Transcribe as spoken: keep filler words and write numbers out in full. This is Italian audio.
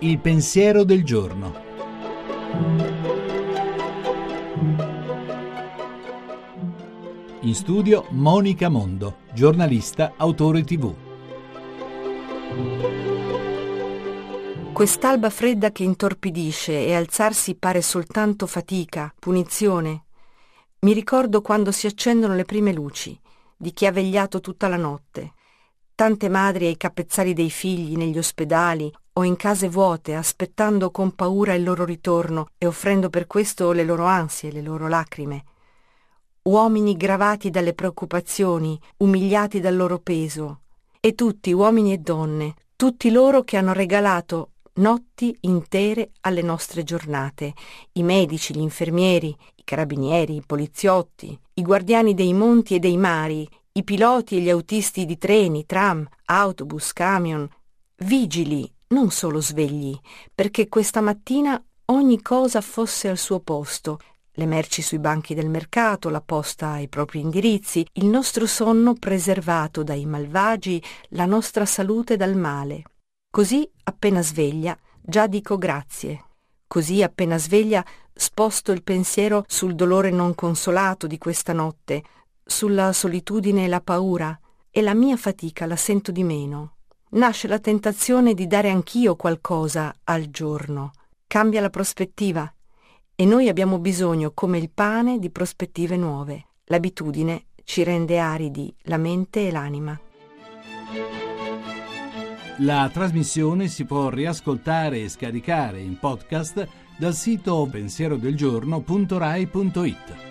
Il pensiero del giorno. In studio Monica Mondo, giornalista, autore tivù. Quest'alba fredda che intorpidisce e alzarsi pare soltanto fatica, punizione. Mi ricordo quando si accendono le prime luci, di chi ha vegliato tutta la notte. Tante madri ai capezzali dei figli, negli ospedali o in case vuote, aspettando con paura il loro ritorno e offrendo per questo le loro ansie, le loro lacrime. Uomini gravati dalle preoccupazioni, umiliati dal loro peso. E tutti, uomini e donne, tutti loro che hanno regalato notti intere alle nostre giornate, i medici, gli infermieri, i carabinieri, i poliziotti, i guardiani dei monti e dei mari, i piloti e gli autisti di treni, tram, autobus, camion, vigili, non solo svegli, perché questa mattina ogni cosa fosse al suo posto, le merci sui banchi del mercato, la posta ai propri indirizzi, il nostro sonno preservato dai malvagi, la nostra salute dal male. Così, appena sveglia, già dico grazie. Così, appena sveglia, sposto il pensiero sul dolore non consolato di questa notte, sulla solitudine e la paura, e la mia fatica la sento di meno. Nasce la tentazione di dare anch'io qualcosa al giorno. Cambia la prospettiva, e noi abbiamo bisogno, come il pane, di prospettive nuove. L'abitudine ci rende aridi la mente e l'anima. La trasmissione si può riascoltare e scaricare in podcast dal sito pensierodelgiorno punto rai punto it.